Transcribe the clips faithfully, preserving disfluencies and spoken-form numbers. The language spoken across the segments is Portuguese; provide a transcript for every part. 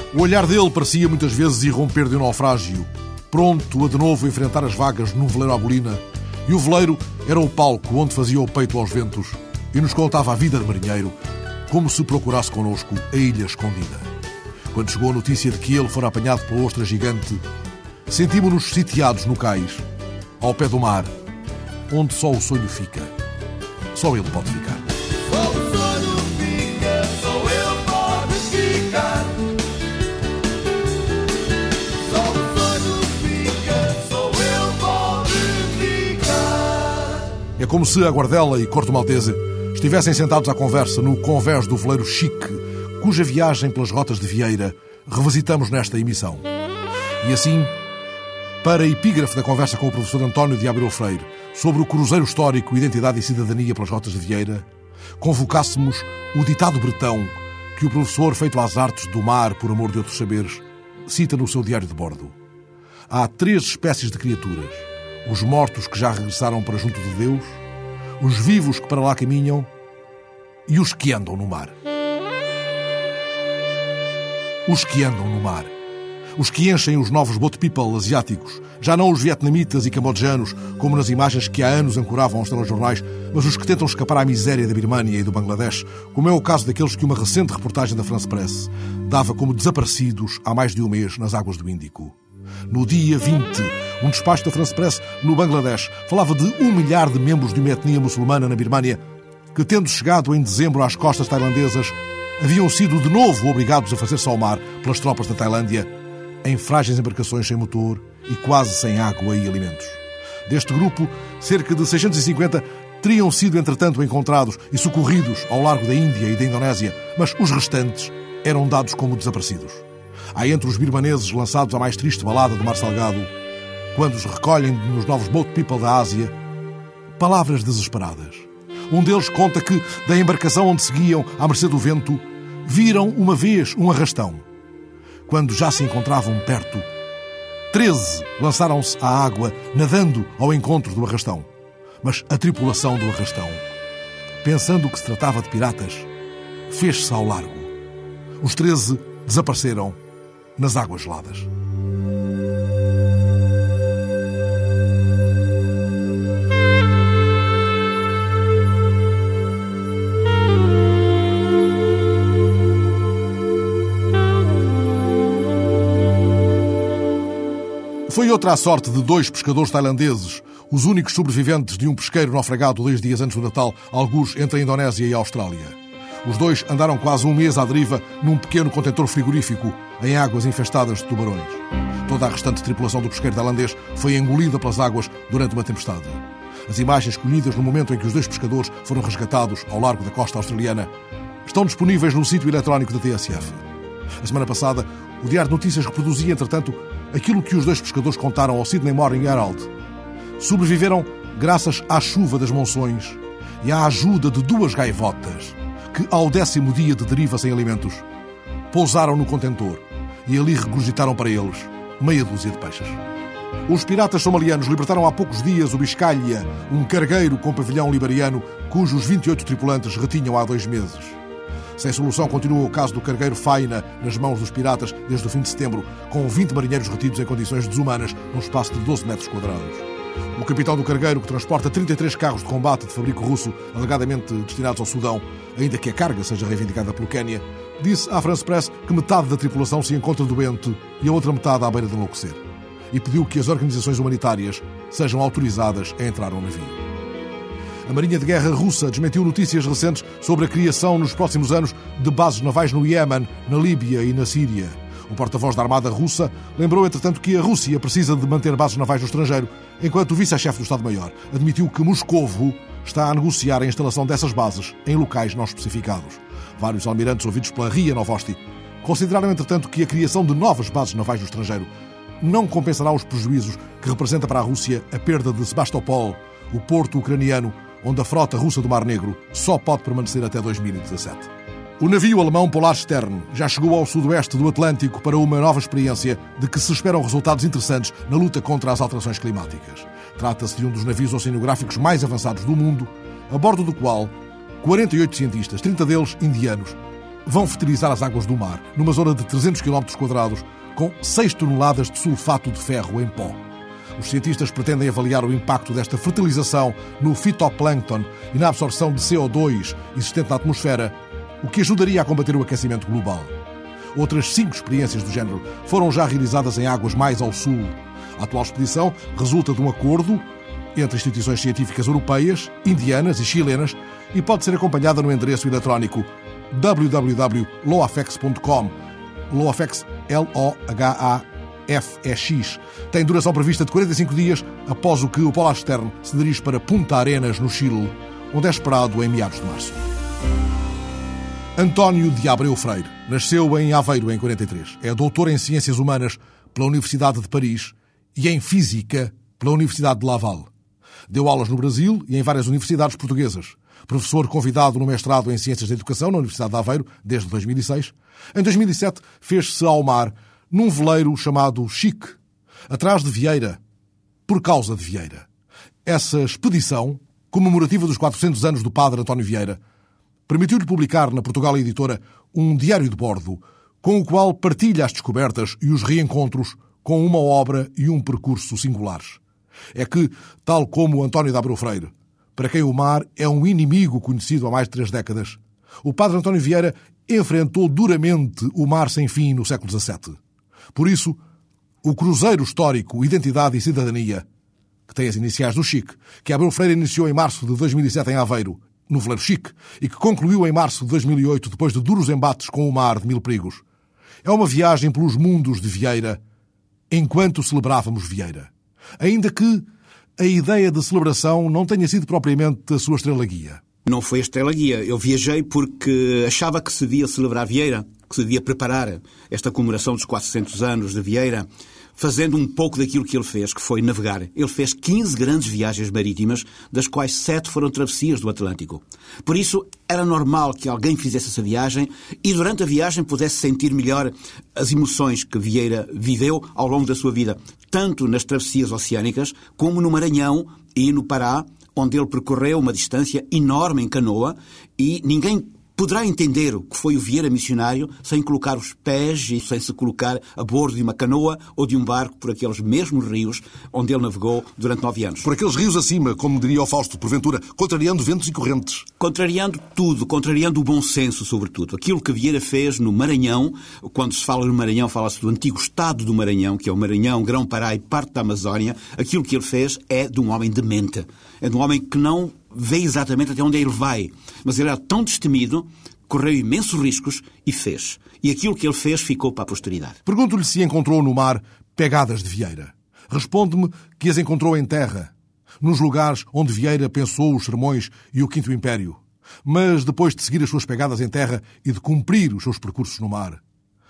O olhar dele parecia muitas vezes irromper de um naufrágio, pronto a de novo enfrentar as vagas num veleiro à bolina, e o veleiro era o palco onde fazia o peito aos ventos e nos contava a vida de marinheiro, como se procurasse connosco a ilha escondida. Quando chegou a notícia de que ele fora apanhado pela ostra gigante, sentimos-nos sitiados no cais, ao pé do mar, onde só o sonho fica. Só ele pode ficar. Só o sonho fica, só ele pode ficar. Só o sonho fica, só ele pode ficar. É como se a Guardela e Corto Maltese estivessem sentados à conversa no convés do veleiro Chique, cuja viagem pelas rotas de Vieira revisitamos nesta emissão. E assim, para a epígrafe da conversa com o professor António de Abreu Freire sobre o cruzeiro histórico Identidade e Cidadania pelas rotas de Vieira, convocássemos o ditado bretão que o professor, feito às artes do mar por amor de outros saberes, cita no seu diário de bordo. Há três espécies de criaturas: os mortos que já regressaram para junto de Deus, os vivos que para lá caminham e os que andam no mar. Os que andam no mar. Os que enchem os novos boat people asiáticos, já não os vietnamitas e cambojanos, como nas imagens que há anos ancoravam aos telejornais, mas os que tentam escapar à miséria da Birmânia e do Bangladesh, como é o caso daqueles que uma recente reportagem da France Press dava como desaparecidos há mais de um mês nas águas do Índico. No dia vinte, um despacho da France Press no Bangladesh falava de um milhar de membros de uma etnia muçulmana na Birmânia que, tendo chegado em dezembro às costas tailandesas, haviam sido de novo obrigados a fazer-se ao mar pelas tropas da Tailândia, em frágeis embarcações sem motor e quase sem água e alimentos. Deste grupo, cerca de seiscentos e cinquenta teriam sido, entretanto, encontrados e socorridos ao largo da Índia e da Indonésia, mas os restantes eram dados como desaparecidos. Há entre os birmaneses lançados à mais triste balada do Mar Salgado, quando os recolhem nos novos boat people da Ásia, palavras desesperadas. Um deles conta que, da embarcação onde seguiam, à mercê do vento, viram uma vez um arrastão. Quando já se encontravam perto, treze lançaram-se à água, nadando ao encontro do arrastão. Mas a tripulação do arrastão, pensando que se tratava de piratas, fez-se ao largo. Os treze desapareceram nas águas geladas. Foi outra a sorte de dois pescadores tailandeses, os únicos sobreviventes de um pesqueiro naufragado dois dias antes do Natal, algures entre a Indonésia e a Austrália. Os dois andaram quase um mês à deriva num pequeno contentor frigorífico, em águas infestadas de tubarões. Toda a restante tripulação do pesqueiro tailandês foi engolida pelas águas durante uma tempestade. As imagens colhidas no momento em que os dois pescadores foram resgatados ao largo da costa australiana estão disponíveis no sítio eletrónico da T S F. A semana passada, o Diário de Notícias reproduzia, entretanto, aquilo que os dois pescadores contaram ao Sydney Morning Herald. Sobreviveram graças à chuva das monções e à ajuda de duas gaivotas que, ao décimo dia de deriva sem alimentos, pousaram no contentor e ali regurgitaram para eles meia dúzia de peixes. Os piratas somalianos libertaram há poucos dias o Biscalha, um cargueiro com pavilhão liberiano cujos vinte e oito tripulantes retinham há dois meses. Sem solução continua o caso do cargueiro Faina nas mãos dos piratas desde o fim de setembro, com vinte marinheiros retidos em condições desumanas num espaço de doze metros quadrados. O capitão do cargueiro, que transporta trinta e três carros de combate de fabrico russo, alegadamente destinados ao Sudão, ainda que a carga seja reivindicada pelo Quénia, disse à France Press que metade da tripulação se encontra doente e a outra metade à beira de enlouquecer. E pediu que as organizações humanitárias sejam autorizadas a entrar no navio. A Marinha de Guerra russa desmentiu notícias recentes sobre a criação nos próximos anos de bases navais no Iémen, na Líbia e na Síria. O porta-voz da Armada Russa lembrou, entretanto, que a Rússia precisa de manter bases navais no estrangeiro, enquanto o vice-chefe do Estado-Maior admitiu que Moscovo está a negociar a instalação dessas bases em locais não especificados. Vários almirantes ouvidos pela R I A Novosti consideraram, entretanto, que a criação de novas bases navais no estrangeiro não compensará os prejuízos que representa para a Rússia a perda de Sebastopol, o porto ucraniano onde a frota russa do Mar Negro só pode permanecer até dois mil e dezassete. O navio alemão Polarstern já chegou ao sudoeste do Atlântico para uma nova experiência de que se esperam resultados interessantes na luta contra as alterações climáticas. Trata-se de um dos navios oceanográficos mais avançados do mundo, a bordo do qual quarenta e oito cientistas, trinta deles indianos, vão fertilizar as águas do mar, numa zona de trezentos quilómetros quadrados, com seis toneladas de sulfato de ferro em pó. Os cientistas pretendem avaliar o impacto desta fertilização no fitoplâncton e na absorção de C O dois existente na atmosfera, o que ajudaria a combater o aquecimento global. Outras cinco experiências do género foram já realizadas em águas mais ao sul. A atual expedição resulta de um acordo entre instituições científicas europeias, indianas e chilenas e pode ser acompanhada no endereço eletrónico w w w ponto loafex ponto com. Loafex, L O H A F E X. Tem duração prevista de quarenta e cinco dias, após o que o Polar Stern se dirige para Punta Arenas, no Chile, onde é esperado em meados de março. António de Abreu Freire nasceu em Aveiro em quarenta e três. É doutor em Ciências Humanas pela Universidade de Paris e em Física pela Universidade de Laval. Deu aulas no Brasil e em várias universidades portuguesas. Professor convidado no mestrado em Ciências da Educação na Universidade de Aveiro desde dois mil e seis. Em dois mil e sete fez-se ao mar num veleiro chamado Chique, atrás de Vieira, por causa de Vieira. Essa expedição, comemorativa dos quatrocentos anos do padre António Vieira, permitiu-lhe publicar na Portugal Editora um diário de bordo, com o qual partilha as descobertas e os reencontros com uma obra e um percurso singulares. É que, tal como António de Abreu Freire, para quem o mar é um inimigo conhecido há mais de três décadas, o padre António Vieira enfrentou duramente o mar sem fim no século dezassete. Por isso, o cruzeiro histórico Identidade e Cidadania, que tem as iniciais do Chique, que Abreu Freire iniciou em março de dois mil e sete em Aveiro, no veleiro Chique, e que concluiu em março de dois mil e oito, depois de duros embates com o mar de Mil Perigos, é uma viagem pelos mundos de Vieira, enquanto celebrávamos Vieira. Ainda que a ideia de celebração não tenha sido propriamente a sua estrela-guia. Não foi a estrela-guia. Eu viajei porque achava que se devia celebrar Vieira, que se devia preparar esta comemoração dos quatrocentos anos de Vieira, fazendo um pouco daquilo que ele fez, que foi navegar. Ele fez quinze grandes viagens marítimas, das quais sete foram travessias do Atlântico. Por isso, era normal que alguém fizesse essa viagem e durante a viagem pudesse sentir melhor as emoções que Vieira viveu ao longo da sua vida, tanto nas travessias oceânicas como no Maranhão e no Pará, onde ele percorreu uma distância enorme em canoa e ninguém poderá entender o que foi o Vieira missionário sem colocar os pés e sem se colocar a bordo de uma canoa ou de um barco por aqueles mesmos rios onde ele navegou durante nove anos. Por aqueles rios acima, como diria o Fausto, porventura, contrariando ventos e correntes. Contrariando tudo, contrariando o bom senso, sobretudo. Aquilo que Vieira fez no Maranhão, quando se fala no Maranhão, fala-se do antigo Estado do Maranhão, que é o Maranhão, Grão-Pará e parte da Amazónia. Aquilo que ele fez é de um homem demente. É de um homem que não vê exatamente até onde ele vai. Mas ele era tão destemido, correu imensos riscos e fez. E aquilo que ele fez ficou para a posteridade. Pergunto-lhe se encontrou no mar pegadas de Vieira. Responde-me que as encontrou em terra, nos lugares onde Vieira pensou os sermões e o Quinto Império. Mas depois de seguir as suas pegadas em terra e de cumprir os seus percursos no mar,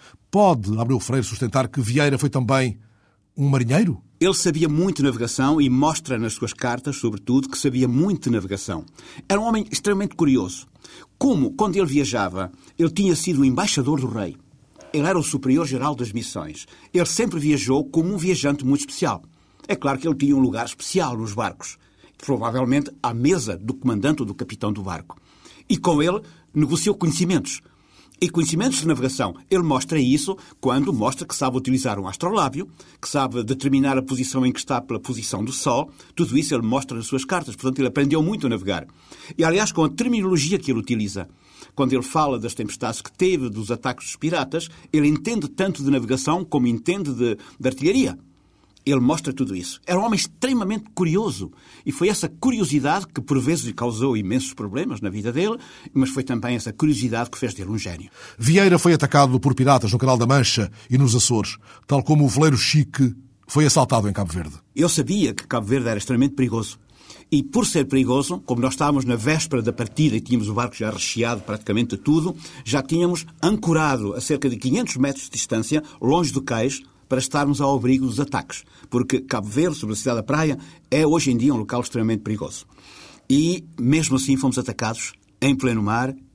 pode Abreu Freire sustentar que Vieira foi também um marinheiro? Ele sabia muito de navegação e mostra nas suas cartas, sobretudo, que sabia muito de navegação. Era um homem extremamente curioso. Como, quando ele viajava, ele tinha sido o embaixador do rei. Ele era o superior-geral das missões. Ele sempre viajou como um viajante muito especial. É claro que ele tinha um lugar especial nos barcos. Provavelmente à mesa do comandante ou do capitão do barco. E com ele negociou conhecimentos. E conhecimentos de navegação. Ele mostra isso quando mostra que sabe utilizar um astrolábio, que sabe determinar a posição em que está pela posição do Sol. Tudo isso ele mostra nas suas cartas. Portanto, ele aprendeu muito a navegar. E, aliás, com a terminologia que ele utiliza, quando ele fala das tempestades que teve, dos ataques dos piratas, ele entende tanto de navegação como entende de, de artilharia. Ele mostra tudo isso. Era um homem extremamente curioso. E foi essa curiosidade que, por vezes, lhe causou imensos problemas na vida dele, mas foi também essa curiosidade que fez dele um gênio. Vieira foi atacado por piratas no Canal da Mancha e nos Açores, tal como o veleiro Chique foi assaltado em Cabo Verde. Eu sabia que Cabo Verde era extremamente perigoso. E, por ser perigoso, como nós estávamos na véspera da partida e tínhamos o barco já recheado praticamente de tudo, já tínhamos ancorado a cerca de quinhentos metros de distância, longe do cais, para estarmos ao abrigo dos ataques. Porque Cabo Verde, sobre a cidade da praia, é hoje em dia um local extremamente perigoso. E, mesmo assim, fomos atacados em pleno mar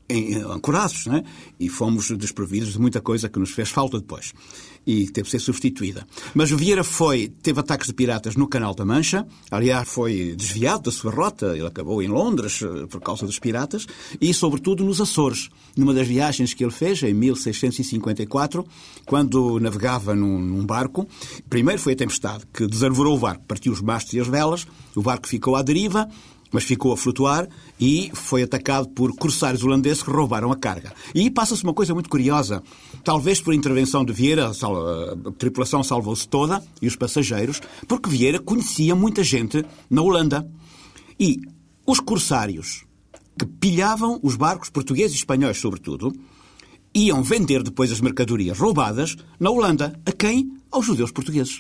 em, ancorados, não é? E fomos desprovidos de muita coisa que nos fez falta depois. E teve de ser substituída. Mas o Vieira foi, teve ataques de piratas no Canal da Mancha, aliás, foi desviado da sua rota, ele acabou em Londres por causa dos piratas, e sobretudo nos Açores, numa das viagens que ele fez, em mil seiscentos e cinquenta e quatro, quando navegava num, num barco. Primeiro foi a tempestade, que desarvorou o barco, partiu os mastros e as velas, o barco ficou à deriva, mas ficou a flutuar e foi atacado por corsários holandeses que roubaram a carga. E aí passa-se uma coisa muito curiosa. Talvez por intervenção de Vieira, a tripulação salvou-se toda e os passageiros, porque Vieira conhecia muita gente na Holanda. E os corsários que pilhavam os barcos portugueses e espanhóis, sobretudo, iam vender depois as mercadorias roubadas na Holanda. A quem? Aos judeus portugueses.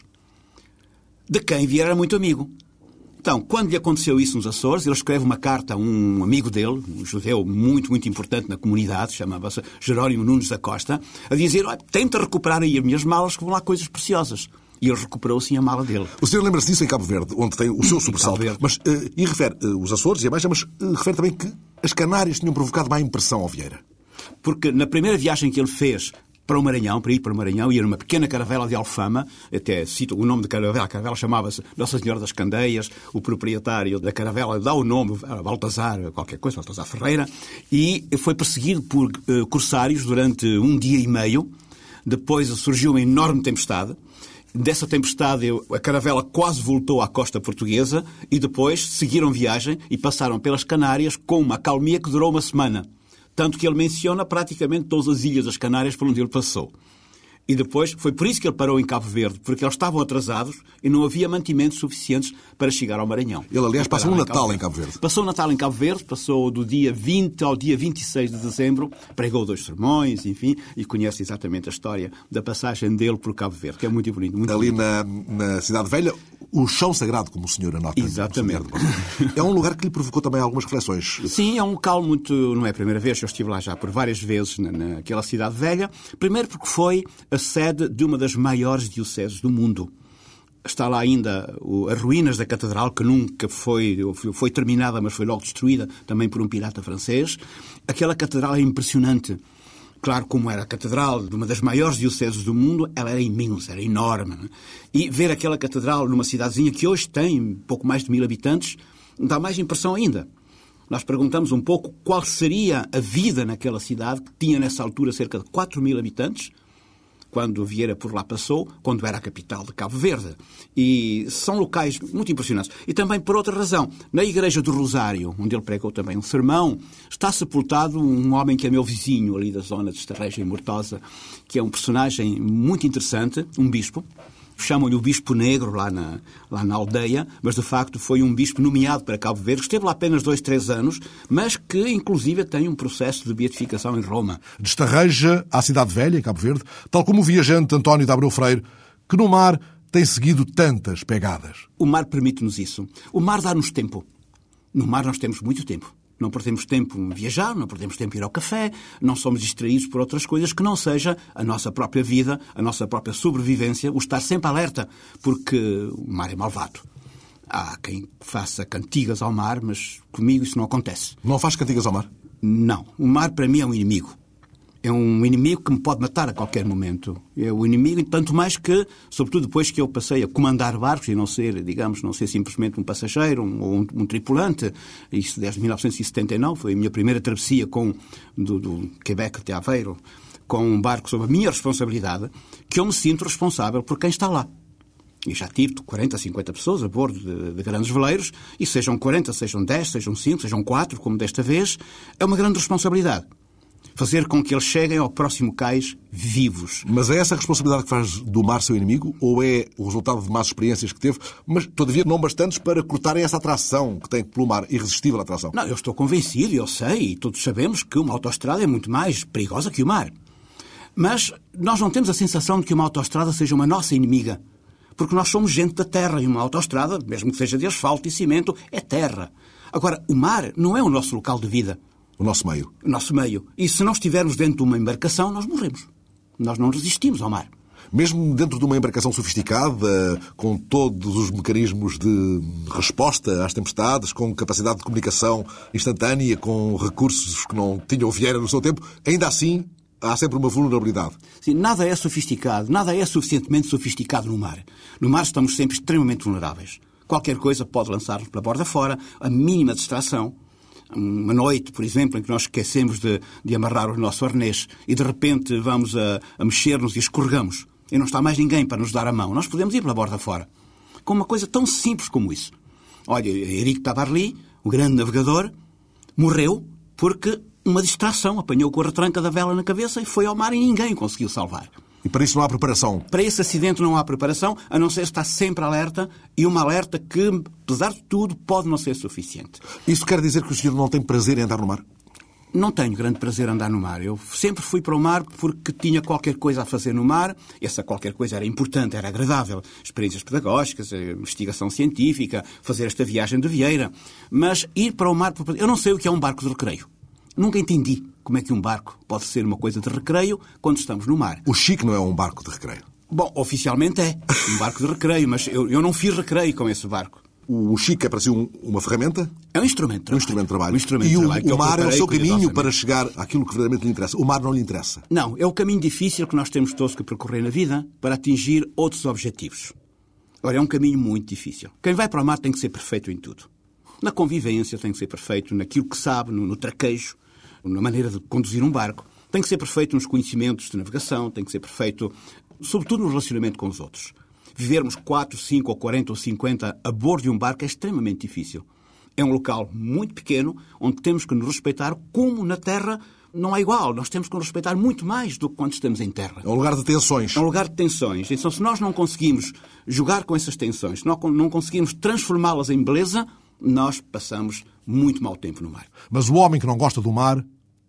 De quem Vieira era muito amigo. Então, quando lhe aconteceu isso nos Açores, ele escreve uma carta a um amigo dele, um judeu muito, muito importante na comunidade, chamava-se Jerónimo Nunes da Costa, a dizer, tenta recuperar aí as minhas malas que vão lá coisas preciosas. E ele recuperou, sim, a mala dele. O senhor lembra-se disso em Cabo Verde, onde tem o seu sobressalto. Mas, uh, e refere uh, os Açores e a Baixa, mas uh, refere também que as Canárias tinham provocado má impressão ao Vieira. Porque na primeira viagem que ele fez para o Maranhão, para ir para o Maranhão, ia numa pequena caravela de Alfama, até cito o nome da caravela, a caravela chamava-se Nossa Senhora das Candeias, o proprietário da caravela dá o nome, Baltazar, qualquer coisa, Baltazar Ferreira, e foi perseguido por uh, corsários durante um dia e meio. Depois surgiu uma enorme tempestade. Dessa tempestade a caravela quase voltou à costa portuguesa e depois seguiram viagem e passaram pelas Canárias com uma calmia que durou uma semana. Tanto que ele menciona praticamente todas as ilhas das Canárias por onde ele passou. E depois, foi por isso que ele parou em Cabo Verde, porque eles estavam atrasados e não havia mantimentos suficientes para chegar ao Maranhão. Ele, aliás, passou o Natal em Cabo Verde. Passou o Natal em Cabo Verde, passou do dia vinte ao dia vinte e seis de dezembro, pregou dois sermões, enfim, e conhece exatamente a história da passagem dele por Cabo Verde, que é muito bonito. Muito Ali bonito. Na, na Cidade Velha, o chão sagrado, como o senhor anota. Exatamente. É um lugar que lhe provocou também algumas reflexões. Sim, é um local muito... Não é a primeira vez, eu estive lá já por várias vezes na, naquela Cidade Velha. Primeiro porque foi a sede de uma das maiores dioceses do mundo. Está lá ainda o, as ruínas da catedral, que nunca foi, foi terminada, mas foi logo destruída também por um pirata francês. Aquela catedral é impressionante. Claro, como era a catedral de uma das maiores dioceses do mundo, ela era imensa, era enorme. Não é? E ver aquela catedral numa cidadezinha que hoje tem pouco mais de mil habitantes, dá mais impressão ainda. Nós perguntamos um pouco qual seria a vida naquela cidade, que tinha nessa altura cerca de quatro mil habitantes, quando Vieira por lá passou, quando era a capital de Cabo Verde. E são locais muito impressionantes. E também por outra razão, na Igreja do Rosário, onde ele pregou também um sermão, está sepultado um homem que é meu vizinho ali da zona de Estarreja e Mortosa, que é um personagem muito interessante, um bispo. Chamam-lhe o Bispo Negro lá na, lá na aldeia, mas de facto foi um bispo nomeado para Cabo Verde, que esteve lá apenas dois, três anos, mas que inclusive tem um processo de beatificação em Roma. De Estarreja à Cidade Velha, em Cabo Verde, tal como o viajante António de Abreu Freire, que no mar tem seguido tantas pegadas. O mar permite-nos isso. O mar dá-nos tempo. No mar nós temos muito tempo. Não perdemos tempo em viajar, não perdemos tempo em ir ao café, não somos distraídos por outras coisas que não seja a nossa própria vida, a nossa própria sobrevivência, o estar sempre alerta, porque o mar é malvado. Há quem faça cantigas ao mar, mas comigo isso não acontece. Não faz cantigas ao mar? Não. O mar para mim é um inimigo. É um inimigo que me pode matar a qualquer momento. É o inimigo, tanto mais que, sobretudo depois que eu passei a comandar barcos e não ser, digamos, não ser simplesmente um passageiro um, ou um, um tripulante, isso desde mil novecentos e setenta e nove, foi a minha primeira travessia com, do, do Quebec até Aveiro, com um barco sob a minha responsabilidade, que eu me sinto responsável por quem está lá. E já tive quarenta, cinquenta pessoas a bordo de, de grandes veleiros, e sejam quarenta, sejam dez, sejam cinco, sejam quatro, como desta vez, é uma grande responsabilidade. Fazer com que eles cheguem ao próximo cais vivos. Mas é essa a responsabilidade que faz do mar seu inimigo? Ou é o resultado de más experiências que teve, mas todavia não bastantes para cortarem essa atração que tem pelo mar, irresistível atração? Não, eu estou convencido, eu sei, e todos sabemos que uma autoestrada é muito mais perigosa que o mar. Mas nós não temos a sensação de que uma autoestrada seja uma nossa inimiga. Porque nós somos gente da terra, e uma autoestrada, mesmo que seja de asfalto e cimento, é terra. Agora, o mar não é o nosso local de vida. O nosso meio. O nosso meio. E se não estivermos dentro de uma embarcação, nós morremos. Nós não resistimos ao mar. Mesmo dentro de uma embarcação sofisticada, com todos os mecanismos de resposta às tempestades, com capacidade de comunicação instantânea, com recursos que não tinham Vieira no seu tempo, ainda assim há sempre uma vulnerabilidade. Sim, nada é sofisticado, nada é suficientemente sofisticado no mar. No mar estamos sempre extremamente vulneráveis. Qualquer coisa pode lançar-nos pela borda fora, a mínima distração. Uma noite, por exemplo, em que nós esquecemos de, de amarrar o nosso arnês e de repente vamos a, a mexer-nos e escorregamos e não está mais ninguém para nos dar a mão. Nós podemos ir pela borda fora. Com uma coisa tão simples como isso. Olha, Éric Tabarly, o grande navegador, morreu porque uma distração apanhou com a retranca da vela na cabeça e foi ao mar e ninguém conseguiu salvar. E para isso não há preparação? Para esse acidente não há preparação, a não ser estar sempre alerta, e uma alerta que, apesar de tudo, pode não ser suficiente. Isso quer dizer que o senhor não tem prazer em andar no mar? Não tenho grande prazer em andar no mar. Eu sempre fui para o mar porque tinha qualquer coisa a fazer no mar. Essa qualquer coisa era importante, era agradável. Experiências pedagógicas, investigação científica, fazer esta viagem de Vieira. Mas ir para o mar... Eu não sei o que é um barco de recreio. Nunca entendi como é que um barco pode ser uma coisa de recreio quando estamos no mar. O Chique não é um barco de recreio? Bom, oficialmente é um barco de recreio, mas eu, eu não fiz recreio com esse barco. O Chique é para si um, uma ferramenta? É um instrumento de trabalho. Um instrumento de trabalho. Um instrumento e de o, trabalho, que o mar é o seu caminho para cuidadosamente. chegar àquilo que verdadeiramente lhe interessa. O mar não lhe interessa? Não, é o caminho difícil que nós temos todos que percorrer na vida para atingir outros objetivos. Ora, é um caminho muito difícil. Quem vai para o mar tem que ser perfeito em tudo. Na convivência tem que ser perfeito, naquilo que sabe, no, no traquejo, na maneira de conduzir um barco. Tem que ser perfeito nos conhecimentos de navegação, tem que ser perfeito, sobretudo no relacionamento com os outros. Vivermos quatro, cinco, ou quarenta ou cinquenta a bordo de um barco é extremamente difícil. É um local muito pequeno, onde temos que nos respeitar, como na terra não é igual. Nós temos que nos respeitar muito mais do que quando estamos em terra. É um lugar de tensões. É um lugar de tensões. Então, se nós não conseguimos jogar com essas tensões, se nós não conseguimos transformá-las em beleza, nós passamos muito mau tempo no mar. Mas o homem que não gosta do mar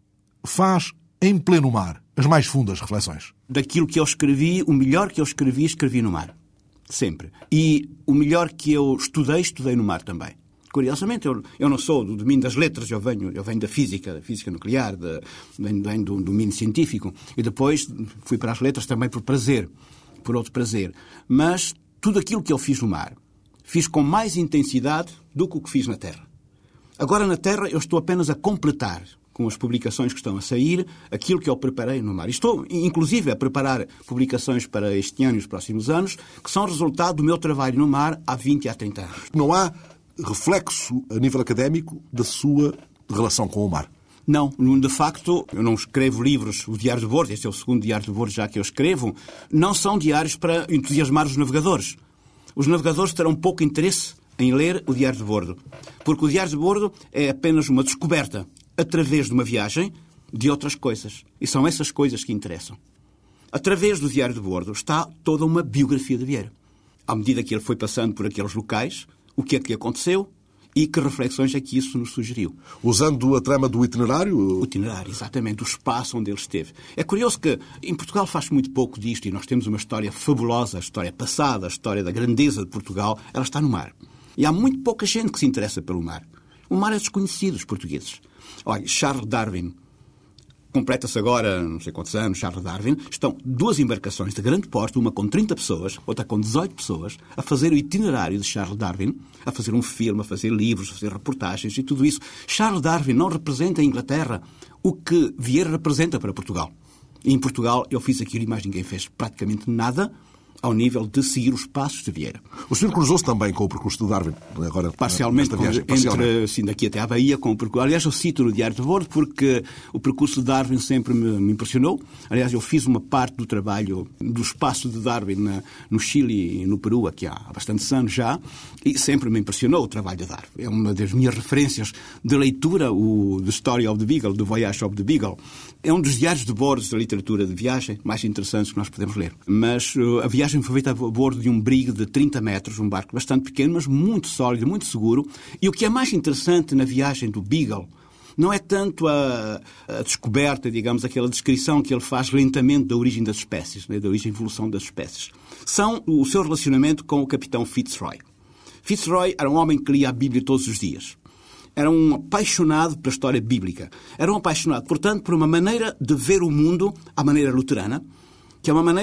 faz, em pleno mar, as mais fundas reflexões. Daquilo que eu escrevi, o melhor que eu escrevi, escrevi no mar. Sempre. E o melhor que eu estudei, estudei no mar também. Curiosamente, eu, eu não sou do domínio das letras, eu venho, eu venho da física, da física nuclear, de, venho, venho do domínio científico. E depois fui para as letras também por prazer, por outro prazer. Mas tudo aquilo que eu fiz no mar, fiz com mais intensidade do que o que fiz na terra. Agora, na terra, eu estou apenas a completar, com as publicações que estão a sair, aquilo que eu preparei no mar. Estou, inclusive, a preparar publicações para este ano e os próximos anos, que são resultado do meu trabalho no mar há vinte e há trinta anos. Não há reflexo a nível académico da sua relação com o mar? Não, de facto, eu não escrevo livros, o Diário de Bordo, este é o segundo Diário de Bordo já que eu escrevo, não são diários para entusiasmar os navegadores. Os navegadores terão pouco interesse em ler o Diário de Bordo, porque o Diário de Bordo é apenas uma descoberta, através de uma viagem, de outras coisas. E são essas coisas que interessam. Através do Diário de Bordo está toda uma biografia de Vieira. À medida que ele foi passando por aqueles locais, o que é que lhe aconteceu e que reflexões é que isso nos sugeriu. Usando a trama do itinerário? O itinerário, exatamente, o espaço onde ele esteve. É curioso que em Portugal faz muito pouco disto e nós temos uma história fabulosa, a história passada, a história da grandeza de Portugal, ela está no mar. E há muito pouca gente que se interessa pelo mar. O mar é desconhecido dos portugueses. Olha, Charles Darwin, completa-se agora, não sei quantos anos, Charles Darwin, estão duas embarcações de grande porte, uma com trinta pessoas, outra com dezoito pessoas, a fazer o itinerário de Charles Darwin, a fazer um filme, a fazer livros, a fazer reportagens e tudo isso. Charles Darwin não representa a Inglaterra o que Vieira representa para Portugal. E em Portugal eu fiz aquilo e mais ninguém fez praticamente nada ao nível de seguir os passos de Vieira. O senhor cruzou-se também com o percurso de Darwin, agora parcialmente, nesta viagem, com, parcialmente. entre assim, daqui até à Bahia, com o percurso. Aliás, eu cito no Diário de Bordo porque o percurso de Darwin sempre me, me impressionou. Aliás, eu fiz uma parte do trabalho do espaço de Darwin na, no Chile e no Peru, aqui há, há bastantes anos já, e sempre me impressionou o trabalho de Darwin. É uma das minhas referências de leitura, o The Story of the Beagle, The Voyage of the Beagle. É um dos diários de bordo da literatura de viagem mais interessantes que nós podemos ler. Mas uh, a viagem foi feita a bordo de um brigue de trinta metros, um barco bastante pequeno, mas muito sólido, muito seguro. E o que é mais interessante na viagem do Beagle não é tanto a, a descoberta, digamos, aquela descrição que ele faz lentamente da origem das espécies, né, da origem e evolução das espécies. São o seu relacionamento com o capitão Fitzroy. Fitzroy era um homem que lia a Bíblia todos os dias. Era um apaixonado pela história bíblica. Era um apaixonado, portanto, por uma maneira de ver o mundo à maneira luterana, que é uma maneira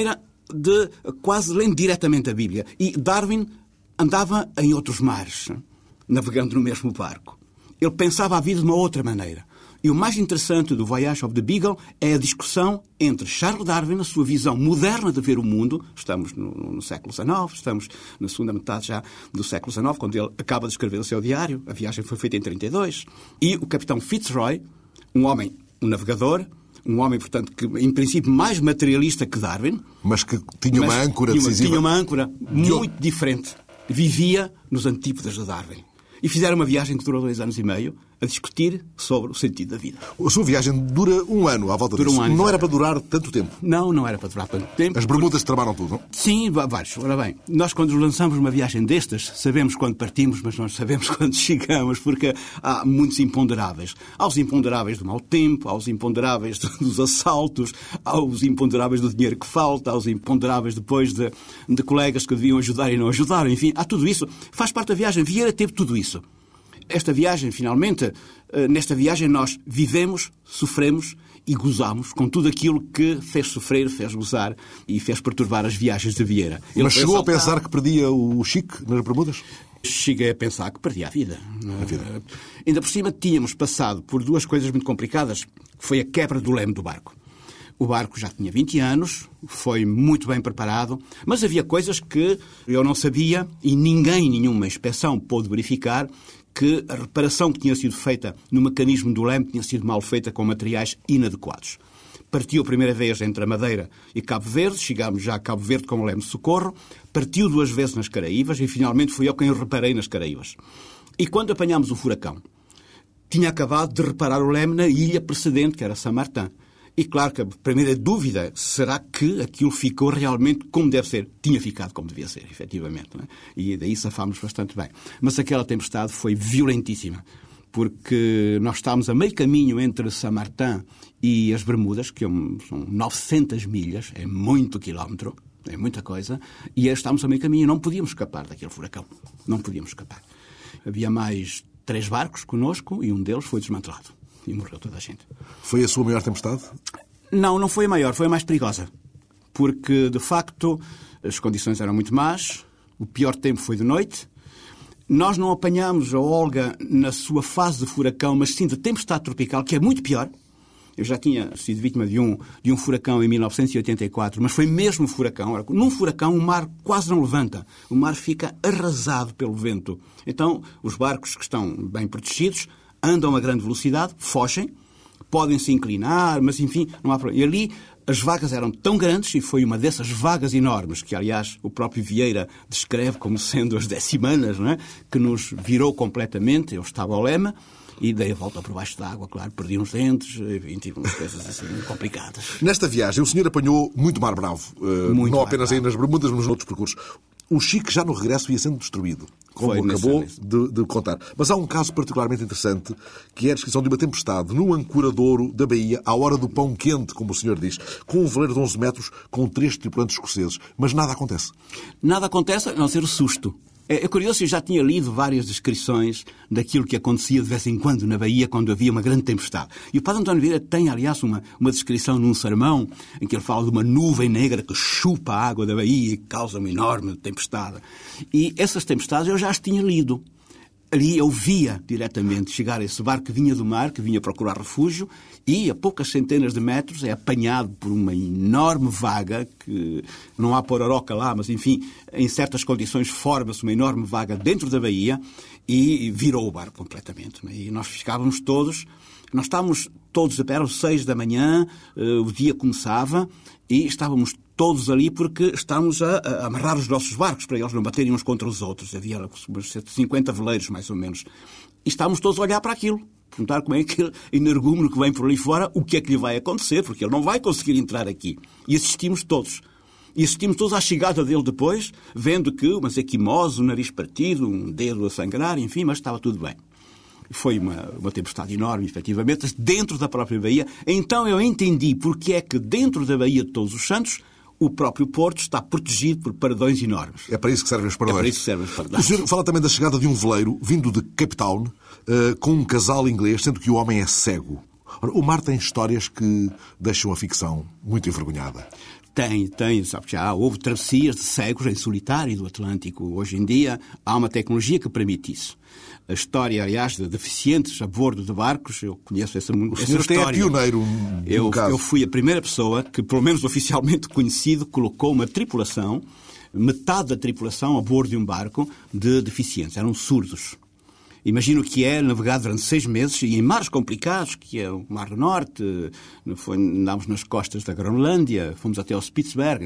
de quase lendo diretamente a Bíblia. E Darwin andava em outros mares, navegando no mesmo barco. Ele pensava a vida de uma outra maneira. E o mais interessante do Voyage of the Beagle é a discussão entre Charles Darwin, a sua visão moderna de ver o mundo, estamos no, no século dezenove, estamos na segunda metade já do século dezenove, quando ele acaba de escrever o seu diário, a viagem foi feita em trinta e dois, e o capitão Fitzroy, um homem, um navegador, um homem, portanto, que em princípio mais materialista que Darwin, mas que tinha uma mas âncora tinha uma, decisiva. Tinha uma âncora muito diferente. Vivia nos antípodas de Darwin. E fizeram uma viagem que durou dois anos e meio a discutir sobre o sentido da vida. A sua viagem dura um ano à volta Dura disso. um ano, não já. era para durar tanto tempo. Não, não era para durar tanto tempo. As Bermudas tramaram tudo, não? Sim, vários. Ora bem, nós quando lançamos uma viagem destas, sabemos quando partimos, mas não sabemos quando chegamos, porque há muitos imponderáveis. Há os imponderáveis do mau tempo, há os imponderáveis dos assaltos, há os imponderáveis do dinheiro que falta, há os imponderáveis depois de, de colegas que deviam ajudar e não ajudaram, enfim, há tudo isso. Faz parte da viagem. Vieira teve tudo isso. Esta viagem, finalmente, nesta viagem nós vivemos, sofremos e gozamos com tudo aquilo que fez sofrer, fez gozar e fez perturbar as viagens de Vieira. Ele Mas chegou assaltar... a pensar que perdia o chique nas Bermudas? Cheguei a pensar que perdia a vida. A vida. Ainda por cima tínhamos passado por duas coisas muito complicadas, que foi a quebra do leme do barco. O barco já tinha vinte anos, foi muito bem preparado, mas havia coisas que eu não sabia e ninguém, nenhuma inspeção pôde verificar, que a reparação que tinha sido feita no mecanismo do leme tinha sido mal feita com materiais inadequados. Partiu a primeira vez entre a Madeira e Cabo Verde, chegámos já a Cabo Verde com o leme de socorro, partiu duas vezes nas Caraíbas e finalmente fui eu quem o reparei nas Caraíbas. E quando apanhámos o furacão, tinha acabado de reparar o leme na ilha precedente, que era Saint-Martin. E claro que a primeira dúvida, será que aquilo ficou realmente como deve ser? Tinha ficado como devia ser, efetivamente. Não é? E daí safámos bastante bem. Mas aquela tempestade foi violentíssima, porque nós estávamos a meio caminho entre Saint-Martin e as Bermudas, que são novecentas milhas, é muito quilómetro, é muita coisa, e estávamos a meio caminho e não podíamos escapar daquele furacão. Não podíamos escapar. Havia mais três barcos connosco e um deles foi desmantelado. E morreu toda a gente. Foi a sua maior tempestade? Não, não foi a maior, foi a mais perigosa. Porque, de facto, as condições eram muito más, o pior tempo foi de noite. Nós não apanhámos a Olga na sua fase de furacão, mas sim de tempestade tropical, que é muito pior. Eu já tinha sido vítima de um, de um furacão em mil novecentos e oitenta e quatro, mas foi mesmo furacão. Num furacão, o mar quase não levanta. O mar fica arrasado pelo vento. Então, os barcos que estão bem protegidos andam a grande velocidade, fogem, podem se inclinar, mas enfim, não há problema. E ali as vagas eram tão grandes, e foi uma dessas vagas enormes, que aliás o próprio Vieira descreve como sendo as decimanas, não é? Que nos virou completamente. Eu estava ao leme e dei a volta por baixo da água, claro, perdi uns dentes, enfim, umas coisas assim complicadas. Nesta viagem o senhor apanhou muito mar bravo, uh, Muito não mar apenas bravo. aí nas Bermudas, mas nos outros percursos. O chique já no regresso ia sendo destruído, como Foi, acabou nesse- de, de contar. Mas há um caso particularmente interessante, que é a descrição de uma tempestade no ancoradouro da Bahia, à hora do pão quente, como o senhor diz, com um veleiro de onze metros, com três tripulantes escoceses. Mas nada acontece. Nada acontece a não ser o susto. É curioso, eu já tinha lido várias descrições daquilo que acontecia de vez em quando na Bahia, quando havia uma grande tempestade. E o Padre António Vieira tem, aliás, uma, uma descrição num sermão em que ele fala de uma nuvem negra que chupa a água da Bahia e causa uma enorme tempestade. E essas tempestades eu já as tinha lido. Ali eu via diretamente chegar esse barco que vinha do mar, que vinha procurar refúgio, e a poucas centenas de metros é apanhado por uma enorme vaga, que não há pororoca lá, mas enfim, em certas condições forma-se uma enorme vaga dentro da baía e virou o barco completamente. E nós ficávamos todos, nós estávamos todos a pé, às seis da manhã, o dia começava e estávamos todos ali porque estávamos a, a amarrar os nossos barcos para eles não baterem uns contra os outros. Havia uns cinquenta veleiros, mais ou menos. E estávamos todos a olhar para aquilo. Perguntar como é que aquele energúmeno que vem por ali fora, o que é que lhe vai acontecer, porque ele não vai conseguir entrar aqui. E assistimos todos. E assistimos todos à chegada dele depois, vendo que umas equimoses, o nariz partido, um dedo a sangrar, enfim, mas estava tudo bem. Foi uma, uma tempestade enorme, efetivamente, dentro da própria Baía. Então eu entendi porque é que dentro da Baía de Todos os Santos o próprio Porto está protegido por paredões enormes. É para isso que servem os É para paredões. isso que servem os O paredões. senhor fala também da chegada de um veleiro vindo de Cape Town, uh, com um casal inglês, sendo que o homem é cego. Ora, o mar tem histórias que deixam a ficção muito envergonhada. Tem, tem, sabe, já houve travessias de cegos em solitário do Atlântico. Hoje em dia há uma tecnologia que permite isso. A história, aliás, de deficientes a bordo de barcos, eu conheço essa, o essa senhor história. É pioneiro no eu, caso. Eu fui a primeira pessoa que, pelo menos oficialmente conhecido, colocou uma tripulação, metade da tripulação a bordo de um barco de deficientes. Eram surdos. Imagino que é navegar durante seis meses e em mares complicados, que é o Mar do Norte, foi, andámos nas costas da Groenlândia, fomos até ao Spitsbergen,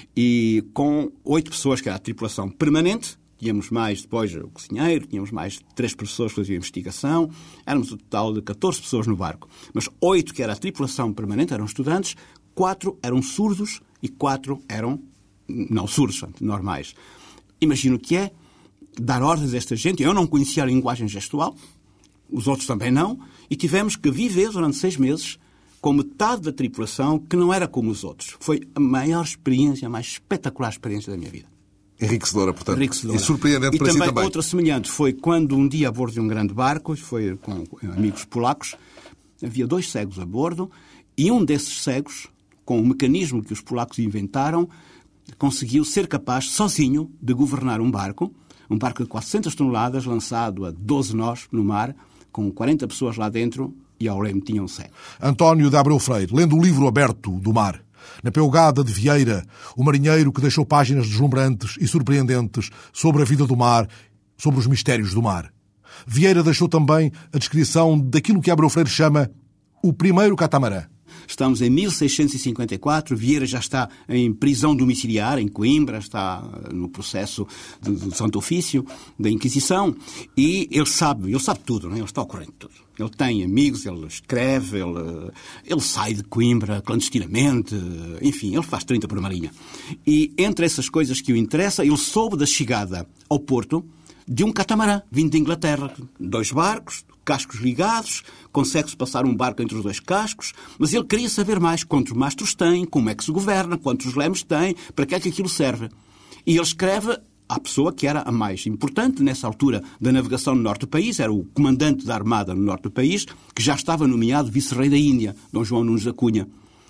e com oito pessoas, que era a tripulação permanente, tínhamos mais depois o cozinheiro, tínhamos mais três pessoas que faziam investigação, éramos um total de catorze pessoas no barco. Mas oito, que era a tripulação permanente, eram estudantes, quatro eram surdos e quatro eram não surdos, normais. Imagino que é dar ordens a esta gente. Eu não conhecia a linguagem gestual, os outros também não, e tivemos que viver durante seis meses com metade da tripulação que não era como os outros. Foi a maior experiência, a mais espetacular experiência da minha vida. Enriquecedora, portanto. Enriquecedora. E surpreendente e para também, si também. Outra semelhante foi quando um dia a bordo de um grande barco, foi com amigos polacos, havia dois cegos a bordo e um desses cegos, com o mecanismo que os polacos inventaram, conseguiu ser capaz, sozinho, de governar um barco, um barco de quatrocentas toneladas, lançado a doze nós no mar, com quarenta pessoas lá dentro e ao leme tinham um cego. António de Abreu Freire, lendo o livro aberto do mar. Na Peugada de Vieira, o marinheiro que deixou páginas deslumbrantes e surpreendentes sobre a vida do mar, sobre os mistérios do mar. Vieira deixou também a descrição daquilo que Abreu Freire chama o primeiro catamarã. Estamos em mil seiscentos e cinquenta e quatro, Vieira já está em prisão domiciliar, em Coimbra, está no processo de, de Santo Ofício, da Inquisição, e ele sabe, ele sabe tudo, não é? Ele está ao corrente de tudo. Ele tem amigos, ele escreve, ele, ele sai de Coimbra clandestinamente, enfim, ele faz trinta por marinha. E entre essas coisas que o interessa, ele soube da chegada ao Porto de um catamarã vindo de Inglaterra. Dois barcos, cascos ligados, consegue-se passar um barco entre os dois cascos, mas ele queria saber mais quantos mastros tem, como é que se governa, quantos lemes tem, para que é que aquilo serve. E ele escreve à pessoa que era a mais importante nessa altura da navegação no norte do país, era o comandante da armada no norte do país, que já estava nomeado vice-rei da Índia, Dom João Nunes da Cunha.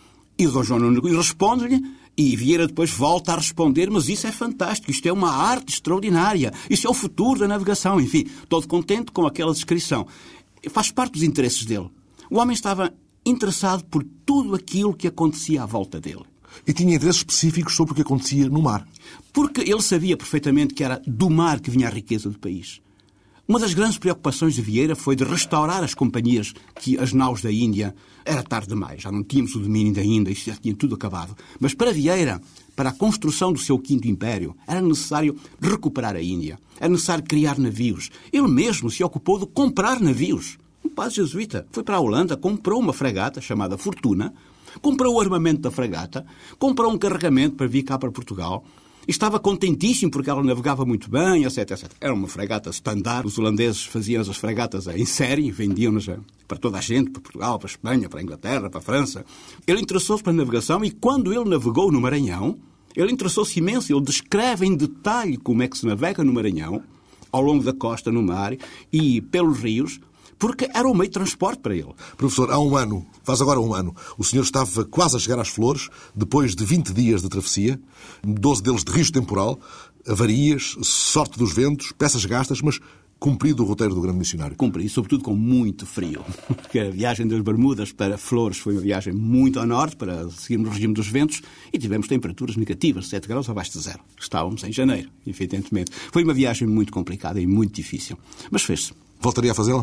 E o Dom João Nunes da Cunha responde-lhe, e Vieira depois volta a responder, mas isso é fantástico, isto é uma arte extraordinária, isso é o futuro da navegação, enfim, todo contente com aquela descrição. Faz parte dos interesses dele. O homem estava interessado por tudo aquilo que acontecia à volta dele. E tinha interesses específicos sobre o que acontecia no mar. Porque ele sabia perfeitamente que era do mar que vinha a riqueza do país. Uma das grandes preocupações de Vieira foi de restaurar as companhias, que as naus da Índia, era tarde demais, já não tínhamos o domínio da Índia, isso já tinha tudo acabado. Mas para Vieira, para a construção do seu quinto império, era necessário recuperar a Índia, era necessário criar navios. Ele mesmo se ocupou de comprar navios. Um padre jesuíta foi para a Holanda, comprou uma fragata chamada Fortuna, comprou o armamento da fragata, comprou um carregamento para vir cá para Portugal. Estava contentíssimo porque ela navegava muito bem, etc, etcétera. Era uma fragata standard. Os holandeses faziam as fragatas em série, vendiam-nas para toda a gente, para Portugal, para a Espanha, para a Inglaterra, para a França. Ele interessou-se pela navegação e quando ele navegou no Maranhão, ele interessou-se imenso. Ele descreve em detalhe como é que se navega no Maranhão, ao longo da costa, no mar e pelos rios, porque era um meio de transporte para ele. Professor, há um ano, faz agora um ano, o senhor estava quase a chegar às Flores, depois de vinte dias de travessia, doze deles de risco temporal, avarias, sorte dos ventos, peças gastas, mas cumprido o roteiro do grande missionário. Cumpri, e sobretudo com muito frio. Porque a viagem das Bermudas para Flores foi uma viagem muito ao norte, para seguirmos o regime dos ventos, e tivemos temperaturas negativas, sete graus abaixo de zero. Estávamos em janeiro, evidentemente. Foi uma viagem muito complicada e muito difícil. Mas fez-se. Voltaria a fazê-la?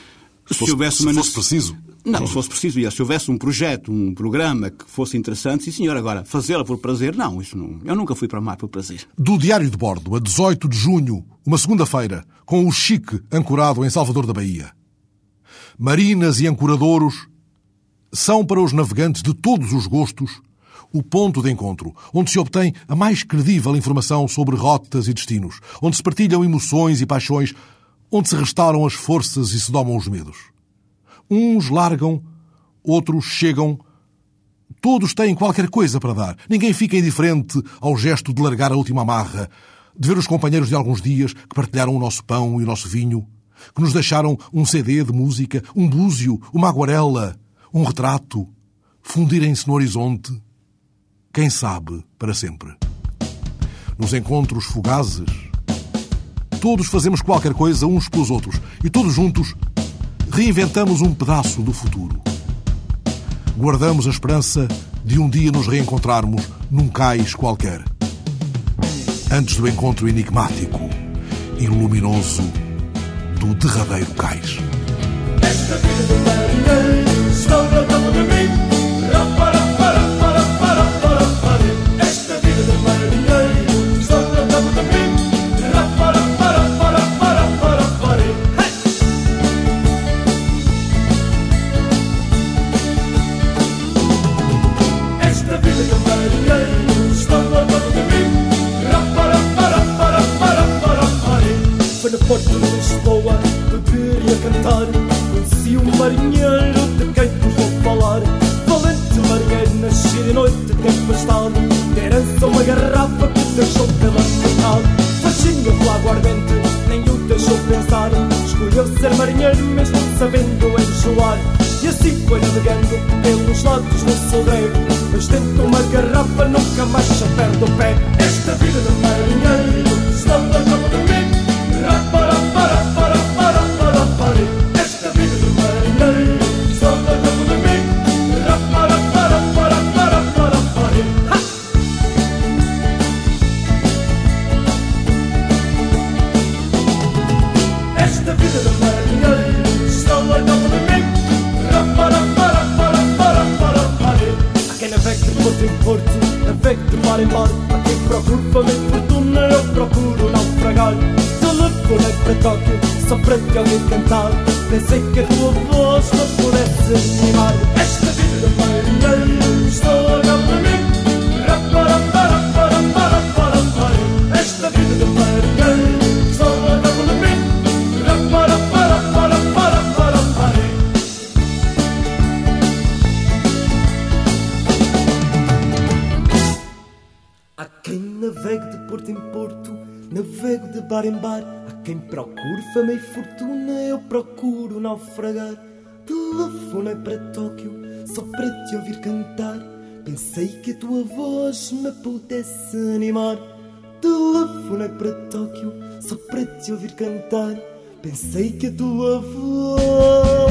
Se fosse, se houvesse se uma... fosse preciso? Não, se fosse preciso. Se houvesse um projeto, um programa que fosse interessante, sim senhor. Agora, fazê-la por prazer, não. Isso não. Eu nunca fui para o mar por prazer. Do Diário de Bordo, a dezoito de junho, uma segunda-feira, com o Chique ancorado em Salvador da Bahia. Marinas e ancoradouros são para os navegantes de todos os gostos o ponto de encontro, onde se obtém a mais credível informação sobre rotas e destinos, onde se partilham emoções e paixões, onde se restauram as forças e se domam os medos. Uns largam, outros chegam. Todos têm qualquer coisa para dar. Ninguém fica indiferente ao gesto de largar a última amarra, de ver os companheiros de alguns dias que partilharam o nosso pão e o nosso vinho, que nos deixaram um C D de música, um búzio, uma aguarela, um retrato, fundirem-se no horizonte, quem sabe, para sempre. Nos encontros fugazes, todos fazemos qualquer coisa uns pelos outros e todos juntos reinventamos um pedaço do futuro. Guardamos a esperança de um dia nos reencontrarmos num cais qualquer, antes do encontro enigmático e luminoso do derradeiro cais. Esta vida do marinheiro está na cama de mim. Raparaparaparaparaparapare. Esta vida do marinheiro está na cama de mim. Raparaparaparaparaparapare. Esta vida do marinheiro está na cama de mim. Raparaparaparaparaparapare. Foi no porto de Lisboa beber e a cantar. Conheci um marinheiro de quem vos vou falar. Valente marinheiro, nascido e noite tempo estado. De herança uma garrafa que deixou pela metade. Faixinha do aguardente, nem o deixou pensar. Escolheu ser marinheiro mesmo sabendo enjoar. E assim foi navegando pelos lados do solreiro. Mas dentro uma garrafa nunca mais se perde o pé. Esta vida de marinheiro está na cama de mim. Raparaparaparaparaparapare. Esta vida de marinheiro está na cama de mim. Raparaparaparaparaparapare. Esta vida de marinheiro está na cama de mim. Raparaparaparaparaparapare. Há quem navegue de porto em porto, navegue de mar em mar. Há quem procure fama e fortuna, eu procuro naufragar. Telefonei para Tóquio, só para te ouvir cantar. Pensei que a tua voz me pudesse animar. Esta vida de marinheiro está na cama de mim. Raparaparaparaparaparapare. Esta vida de marinheiro está na cama de mim. Raparaparaparaparaparapare. Há quem navegue de porto em porto, navego de bar em bar. Há quem procure fama e fortuna, eu procuro naufragar. Telefonei para Tóquio, só para te ouvir cantar. Pensei que a tua voz me pudesse animar. Telefonei para Tóquio, só para te ouvir cantar. Pensei que a tua voz